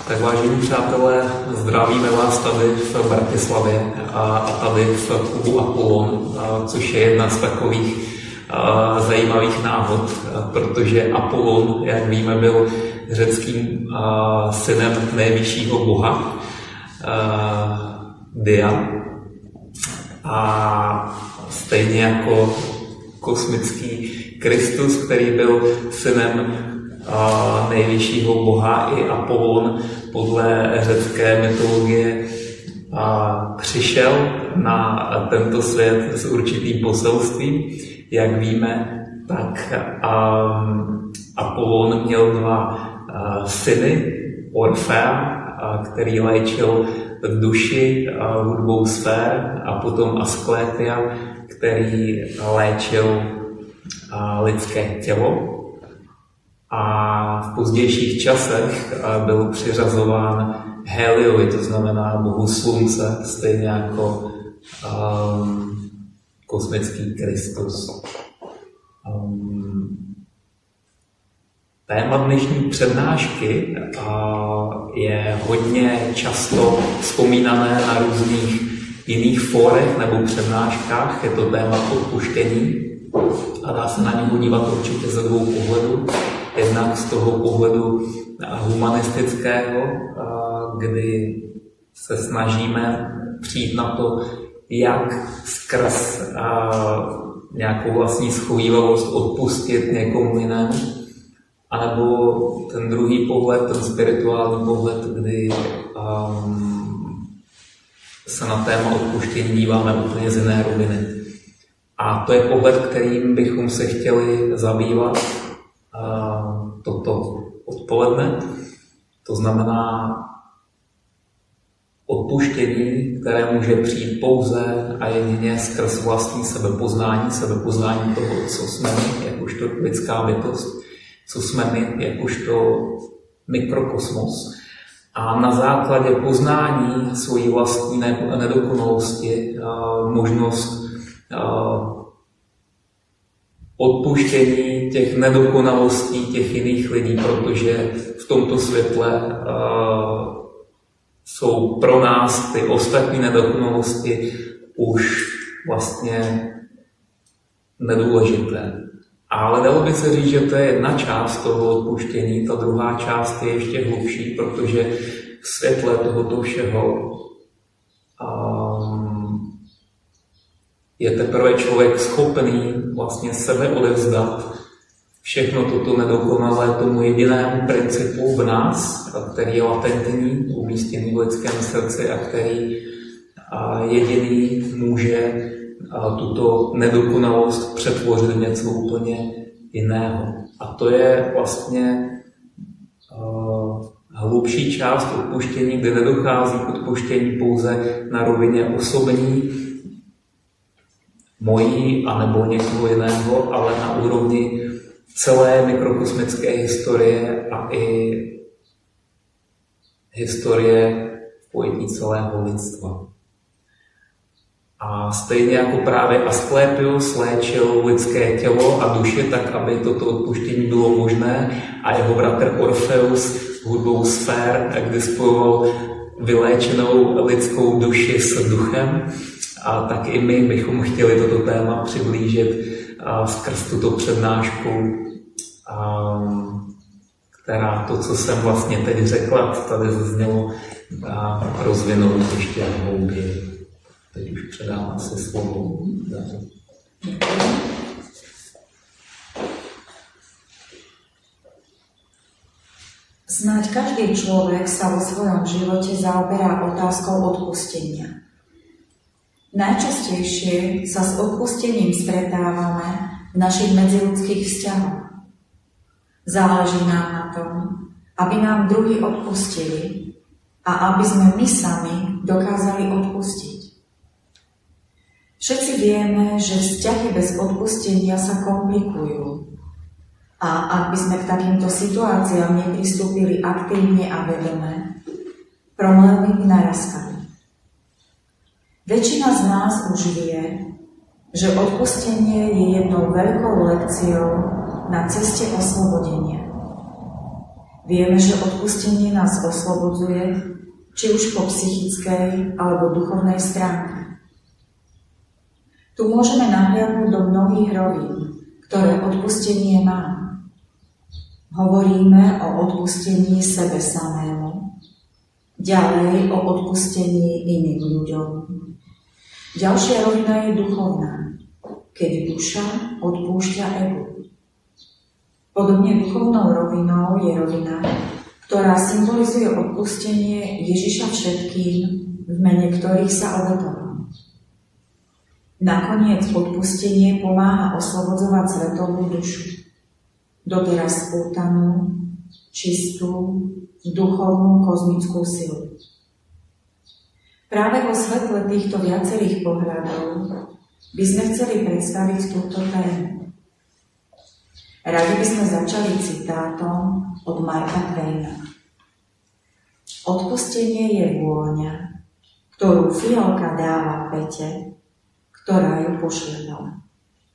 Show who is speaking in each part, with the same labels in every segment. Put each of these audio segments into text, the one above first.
Speaker 1: Tak vážení přátelé, zdravíme vás tady v Bratislavě a tady v klubu Apollon, což je jedna z takových zajímavých náhod, protože Apollon, jak víme, byl řeckým synem nejvyššího boha Dia. A stejně jako kosmický Kristus, který byl synem nejvyššího boha, i Apollon podle řecké mytologie přišel na tento svět s určitým poselstvím. Jak víme, tak Apollon měl dva syny, Orfea, který léčil duši hudbou sfér, a potom Asklétia, který léčil lidské tělo. A v pozdějších časech byl přiřazován Heliovi, to znamená bohu slunce, stejně jako kosmický Kristus. Téma dnešní přednášky je hodně často vzpomínané na různých jiných fórech nebo přednáškách. Je to téma odpuštění a dá se na něj podívat určitě ze dvou pohledů. Jednak z toho pohledu humanistického, kdy se snažíme přijít na to, jak skrz nějakou vlastní schovívavost odpustit někomu jinému. A nebo ten druhý pohled, ten spirituální pohled, kdy se na téma odpuštění díváme úplně z jiné roviny. A to je pohled, kterým bychom se chtěli zabývat toto odpoledne. To znamená odpuštění, které může přijít pouze a jedině skrz vlastní sebepoznání toho, co jsme my, jakožto lidská bytost, co jsme my, jakožto mikrokosmos. A na základě poznání svojí vlastní nedokonalosti možnost odpuštění těch nedokonalostí těch jiných lidí, protože v tomto světle jsou pro nás ty ostatní nedokonalosti už vlastně nedůležité. Ale dalo by se říct, že to je jedna část toho odpuštění, ta druhá část je ještě hlubší, protože v světle tohoto všeho je teprve člověk schopný vlastně sebe odevzdat všechno toto nedokonalé tomu jedinému principu v nás, který je latentní, umístěný v lidském srdci a který jediný může tuto nedokonalost přetvořit v něco úplně jiného. A to je vlastně hlubší část odpuštění, kde nedochází k odpuštění pouze na rovině osobní, mojí anebo někoho jiného, ale na úrovni celé mikrokosmické historie a i historie v pojetí celého lidstva. A stejně jako právě Asklépios léčil lidské tělo a duši tak, aby toto odpuštění bylo možné, a jeho bratr Orfeus hudbou sfér, kdy spojoval vyléčenou lidskou duši s duchem, a tak i my bychom chtěli toto téma přiblížit skrz tuto přednášku, která to, co jsem vlastně teď řekla, tady zaznělo, rozvinout ještě hlouběji. Teď už předám asi slovo.
Speaker 2: Snáď každý človek sa vo svojom živote zaoberá otázkou odpustenia. Najčastejšie sa s odpustením stretávame v našich medziľudských vzťahoch. Záleží nám na tom, aby nám druhí odpustili a aby sme my sami dokázali odpustiť. Všetci vieme, že vzťahy bez odpustenia sa komplikujú. A ak by sme k takýmto situáciám nepristúpili aktívne a vedome, problémy by narastali. Väčšina z nás už vie, že odpustenie je jednou veľkou lekciou na ceste oslobodenia. Vieme, že odpustenie nás oslobodzuje, či už po psychickej alebo duchovnej stránke. Tu môžeme nahliadnúť do mnohých rovín, ktoré odpustenie má. Hovoríme o odpustení sebe samému, ďalej o odpustení iným ľuďom. Ďalšia rovina je duchovná, keď duša odpúšťa egu. Podobne duchovnou rovinou je rovina, ktorá symbolizuje odpustenie Ježiša všetkým, v mene ktorých sa obetoval. Nakoniec odpustenie pomáha oslobodzovať svetovú dušu, doteraz spútanú, čistú, duchovnú kozmickú silu. Práve vo svetle týchto viacerých pohľadov by sme chceli predstaviť túto tému. Radi by sme začali citátom od Marka Twaina. Odpustenie je vôňa, ktorú fialka dáva Pete, ktorá ju pošľapala.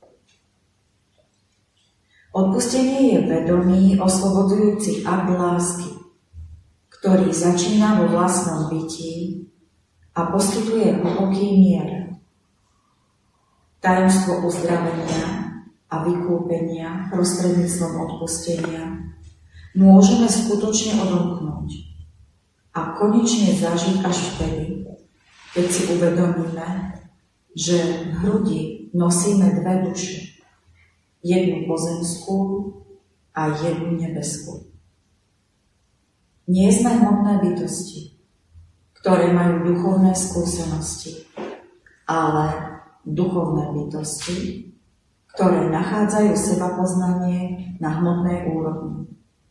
Speaker 2: Odpustenie je vedomý, oslobodzujúci akt lásky, ktorý začína vo vlastnom bytí a poskytuje hlboký mier. Tajomstvo uzdravenia a vykúpenia prostredníctvom odpustenia môžeme skutočne odomknúť a konečne zažiť až vtedy, keď si uvedomíme, že v hrudi nosíme dve duše, jednu pozemskú a jednu nebeskú. Nie sme hmotné bytosti, ktoré majú duchovné skúsenosti, ale duchovné bytosti, ktoré nachádzajú seba poznanie na hmotnej úrovni.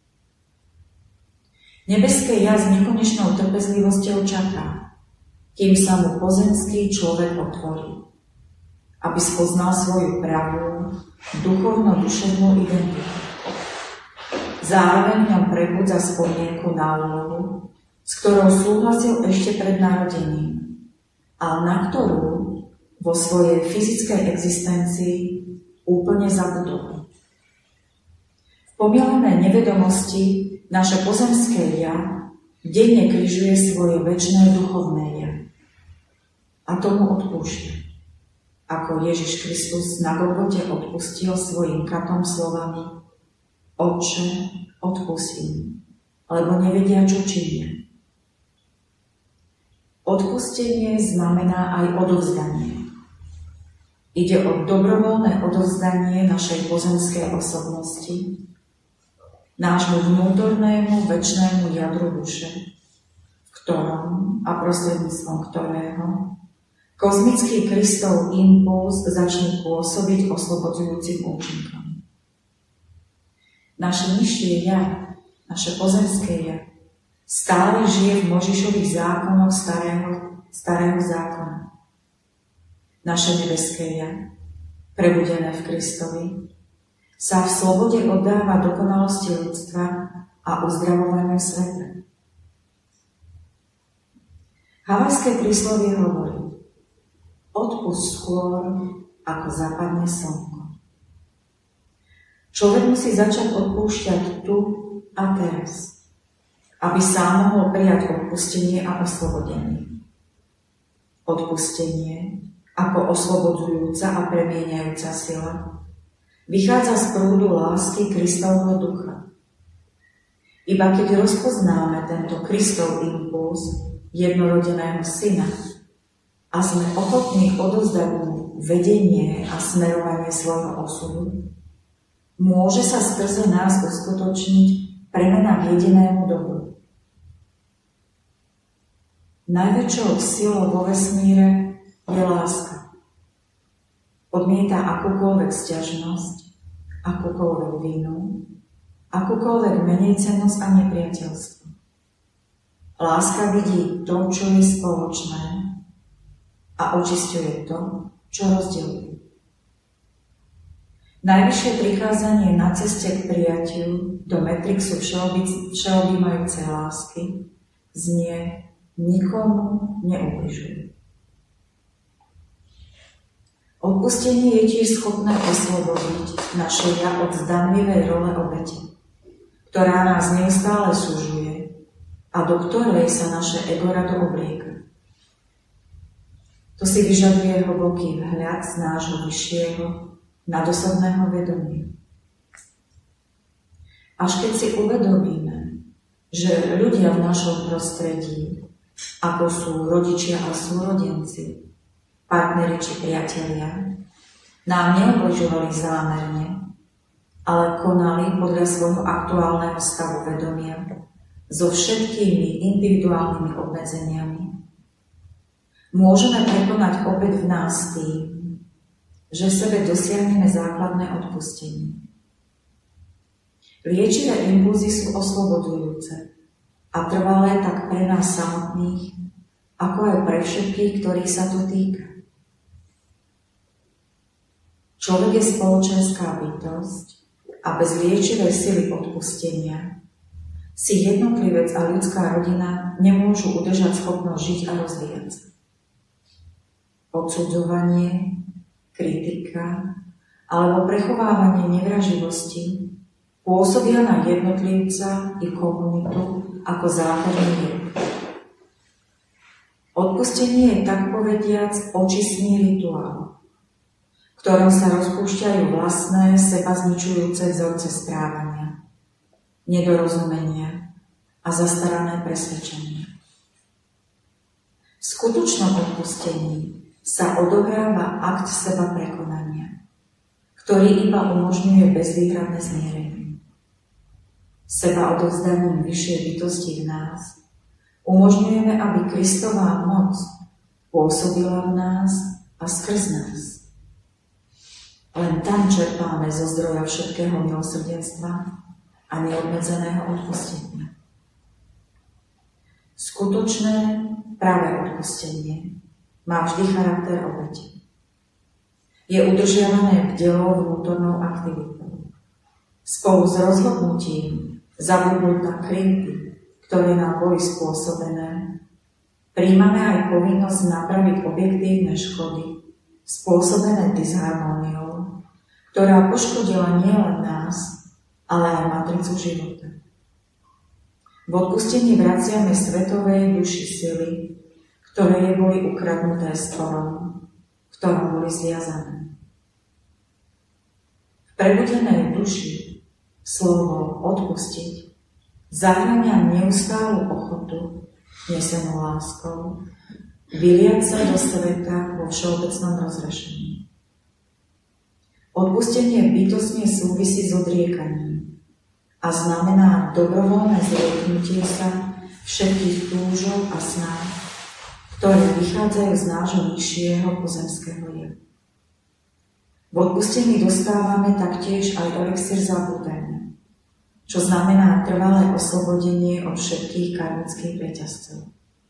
Speaker 2: Nebeské ja s nekonečnou trpezlivosťou čaká, kým sa mu pozemský človek otvorí, aby spoznal svoju pravú, duchovno-duševnú identitu. Zároveň ňom prebudza spomienku na úlohu, s ktorou súhlasil ešte pred narodením, ale na ktorú vo svojej fyzickej existencii úplne zabudol. V pomielenej nevedomosti naše pozemské ja denne križuje svoje večné duchovné ja a tomu odpúšťa, ako Ježiš Kristus na Golgote odpustil svojim katom slovami: Otče, odpusť im, lebo nevedia, čo činia. Odpustenie znamená aj odovzdanie. Ide o dobrovoľné odovzdanie našej pozemskej osobnosti, nášmu vnútornému večnému jadru duše, v ktorom a prostredníctvom ktorého kozmický Kristov impuls začne pôsobiť oslobodzujúcim účinkom. Naše nižšie ja, naše pozemské ja, stále žije v Mojžišových zákonoch starého zákona. Naše nebeské ja, prebudené v Kristovi, sa v slobode oddáva dokonalosti ľudstva a uzdravovaniu sveta. Havajské príslovie hovorí: odpusť skôr, ako zapadne slnko. Človek musí začať odpúšťať tu a teraz, aby sám mohol prijať odpustenie a oslobodenie. Odpustenie ako oslobodzujúca a premieňajúca sila vychádza z prúdu lásky Kristovho ducha. Iba keď rozpoznáme tento Kristov impuls jednorodeného syna a sme ochotní odovzdať mu vedenie a smerovanie svojho osudu, môže sa skrze nás uskutočniť premena k jedinému dobru. Najväčšou silou vo vesmíre je láska. Odmieta akúkoľvek sťažnosť, akúkoľvek vinu, akúkoľvek menejcennosť a nepriateľstvo. Láska vidí to, čo je spoločné a očisťuje to, čo rozdeľuje. Najvyššie prikázanie na ceste k prijatiu do matrixu všeobjímajúcej lásky znie: nikomu neubližuj. Odpustenie je tiež schopné oslobodiť naše ja od zdanlivej role obete, ktorá nás neustále súžuje a do ktorej sa naše ego rado oblieka. To si vyžaduje hlboký vhľad z nášho vyššieho, nadosobného vedomia. Až keď si uvedomíme, že ľudia v našom prostredí, ako sú rodičia a súrodenci, partneri či priatelia, nám neubližovali zámerne, ale konali podľa svojho aktuálneho stavu vedomia so všetkými individuálnymi obmedzeniami, môžeme prekonať opäť v nás tým, že v sebe dosiahneme základné odpustenie. Liečivé impulzy sú oslobodzujúce a trvalé tak pre nás samotných, ako aj pre všetkých, ktorých sa to týka. Človek je spoločenská bytosť a bez liečivej sily odpustenia si jednotlivec a ľudská rodina nemôžu udržať schopnosť žiť a rozvíjať sa. Odsudzovanie, kritika alebo prechovávanie nevraživosti pôsobia na jednotlivca i komunitu ako zákerný jed. Odpustenie je tak povediac očistný rituál, v ktorom sa rozpúšťajú vlastné sebazničujúce vzorce správania, nedorozumenia a zastarané presvedčenia. V skutočnom odpustení sa odohráva akt seba prekonania, ktorý iba umožňuje bezvýhradné zmierenie. Seba odovzdaním vyššej bytosti v nás umožňujeme, aby Kristová moc pôsobila v nás a skrz nás. Len tam čerpáme zo zdroja všetkého milosrdenstva a neobmedzeného odpustenia. Skutočné, pravé odpustenie má vždy charakter obete. Je udržiavané bdelou vnútornou aktivitou. Spolu s rozhodnutím zabudnúť na krivdy, ktoré nám boli spôsobené, príjmame aj povinnosť napraviť objektívne škody spôsobené disharmóniou, ktorá poškodila nielen nás, ale aj matricu života. V odpustení vraciame svetovej duši sily, ktoré jej boli ukradnuté stvorom, v ktorom boli zviazané. V prebudenej duši slovo odpustiť zahŕňa neustálu ochotu, nesenú láskou, vyliať sa do sveta vo všeobecnom rozrešení. Odpustenie bytostne súvisí s odriekaním a znamená dobrovoľné zrieknutie sa všetkých túžov a snách, ktoré vychádzajú z nášho vyššieho pozemského ja. V odpustení dostávame taktiež aj elixír zabúdania, čo znamená trvalé oslobodenie od všetkých karmických reťazcov.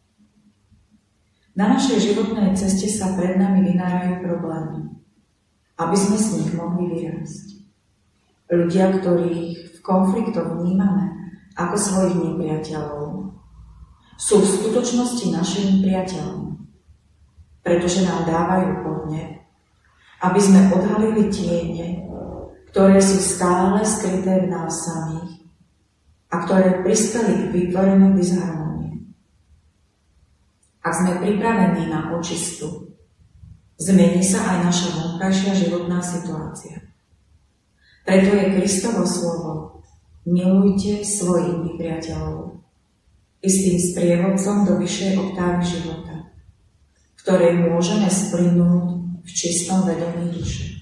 Speaker 2: Na našej životnej ceste sa pred nami vynárajú problémy, aby sme z nich mohli vyrásť. Ľudia, ktorých v konfliktoch vnímame ako svojich nepriateľov, sú v skutočnosti našimi priateľmi, pretože nám dávajú podnet, aby sme odhalili tiene, ktoré sú stále skryté v nás samých a ktoré prispeli k vytvoreniu disharmónie. Ak sme pripravení na očistu, zmení sa aj naša vonkajšia životná situácia. Preto je Kristovo slovo: milujte svojich nepriateľov, istým sprievodcom do vyššej oktávy života, v ktorej môžeme splynúť v čistom vedomí duše.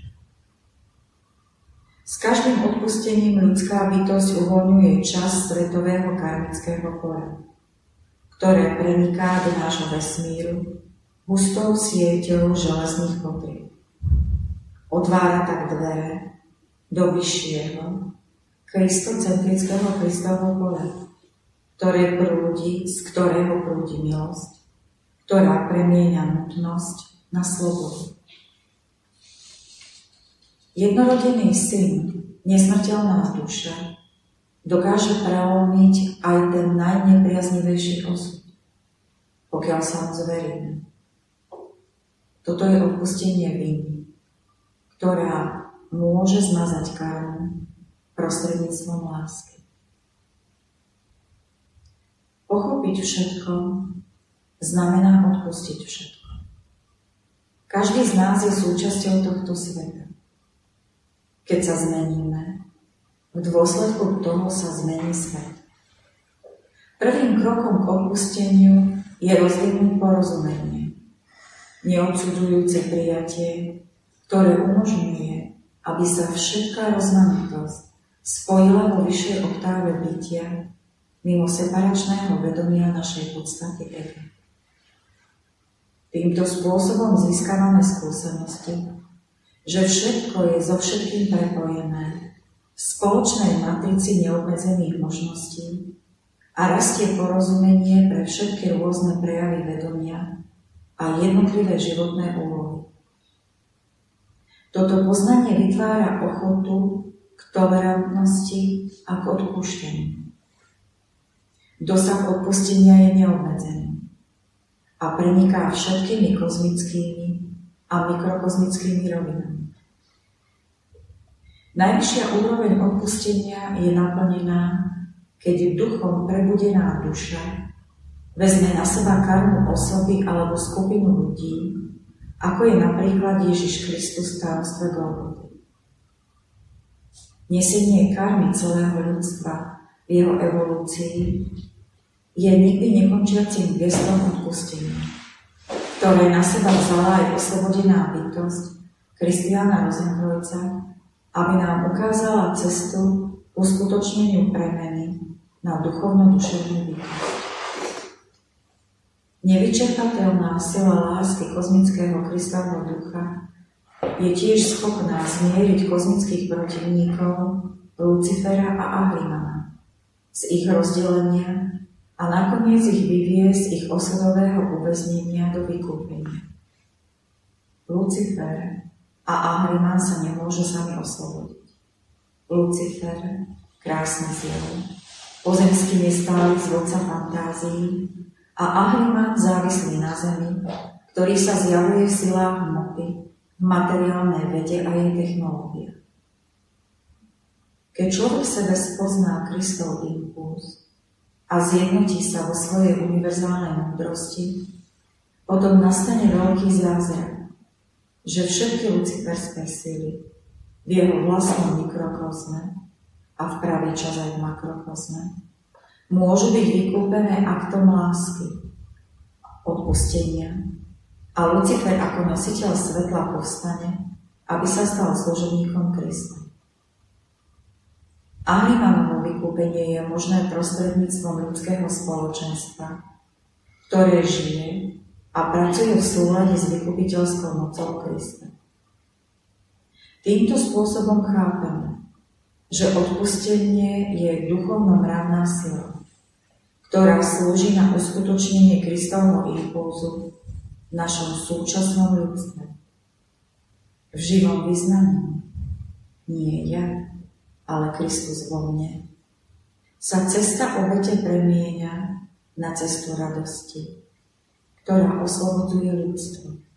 Speaker 2: S každým odpustením ľudská bytosť uvoľňuje časť svetového karmického poľa, ktoré preniká do nášho vesmíru hustou sieťou železných potrieb. Otvára tak dvere do vyššieho, kristocentrického Kristovho poľa, ktoré prúdi, z ktorého prúdi milosť, ktorá premieňa nutnosť na slobodu. Jednorodený syn, nesmrteľná duša, dokáže prelomiť aj ten najnepriaznivejší osud, pokiaľ sa mu zveríme. Toto je odpustenie viny, ktorá môže zmazať karmu prostredníctvom lásky. Pochopiť všetko znamená odpustiť všetko. Každý z nás je súčasťou tohto sveta. Keď sa zmeníme, v dôsledku toho sa zmení svet. Prvým krokom k odpusteniu je rozvinúť porozumenie, neodsudzujúce prijatie, ktoré umožňuje, aby sa všetká rozmanitosť spojila vo vyššej oktáve bytia mimo separačného vedomia našej podstaty ega. Týmto spôsobom získavame skúsenosti, že všetko je so všetkým prepojené v spoločnej matrici neobmedzených možností a rastie porozumenie pre všetky rôzne prejavy vedomia a jednotlivé životné úlohy. Toto poznanie vytvára ochotu k tolerantnosti a k odpúšteniu. Dosah odpustenia je neobmedzený a preniká všetkými kozmickými a mikrokozmickými rovinami. Najvyššia úroveň odpustenia je naplnená, keď duchom prebudená duša vezme na seba karmu osoby alebo skupinu ľudí, ako je napríklad Ježiš Kristus v tajomstve Golgoty. Nesenie karmy celého ľudstva v jeho evolúcii je nikdy nekončiacím gestom odpustenia, ktoré na seba vzala aj oslobodená bytosť Christiana Rosenkreutza, aby nám ukázala cestu k uskutočneniu premeny na duchovno-duševnú bytosť. Nevyčerpateľná sila lásky kozmického Kristovho ducha je tiež schopná zmieriť kozmických protivníkov Lucifera a Ahrimana z ich rozdelenia a nakoniec ich vyviesť z ich osudového uväznenia do vykúpenia. Lucifer a Ahriman sa nemôžu sami oslobodiť. Lucifer, krásny zjav, pozemský nestály zvodca fantázií a Ahriman závislý na zemi, ktorý sa zjavuje v silách hmoty, v materiálnej vede a jej technológiách. Keď človek v sebe spozná Kristov impuls a zjednotí sa vo svojej univerzálnej múdrosti, potom nastane veľký zázrak, že všetky luciferské sily v jeho vlastnom mikrokozme a v pravý čas aj v makrokozme môžu byť vykúpené aktom lásky, odpustenia a Lucifer ako nositeľ svetla povstane, aby sa stal služobníkom Krista. Ahrimanovo vykúpenie je možné prostredníctvom ľudského spoločenstva, ktoré žije a pracuje v súlade s vykupiteľskou mocou Krista. Týmto spôsobom chápeme, že odpustenie je duchovno-mravná sila, ktorá slúži na uskutočnenie Kristovho impulzu v našom súčasnom ľudstve. V živom vyznaní, nie ja, ale Kristus vo mne, sa cesta obete premieňa na cestu radosti, ktorá oslobodzuje ľudstvo.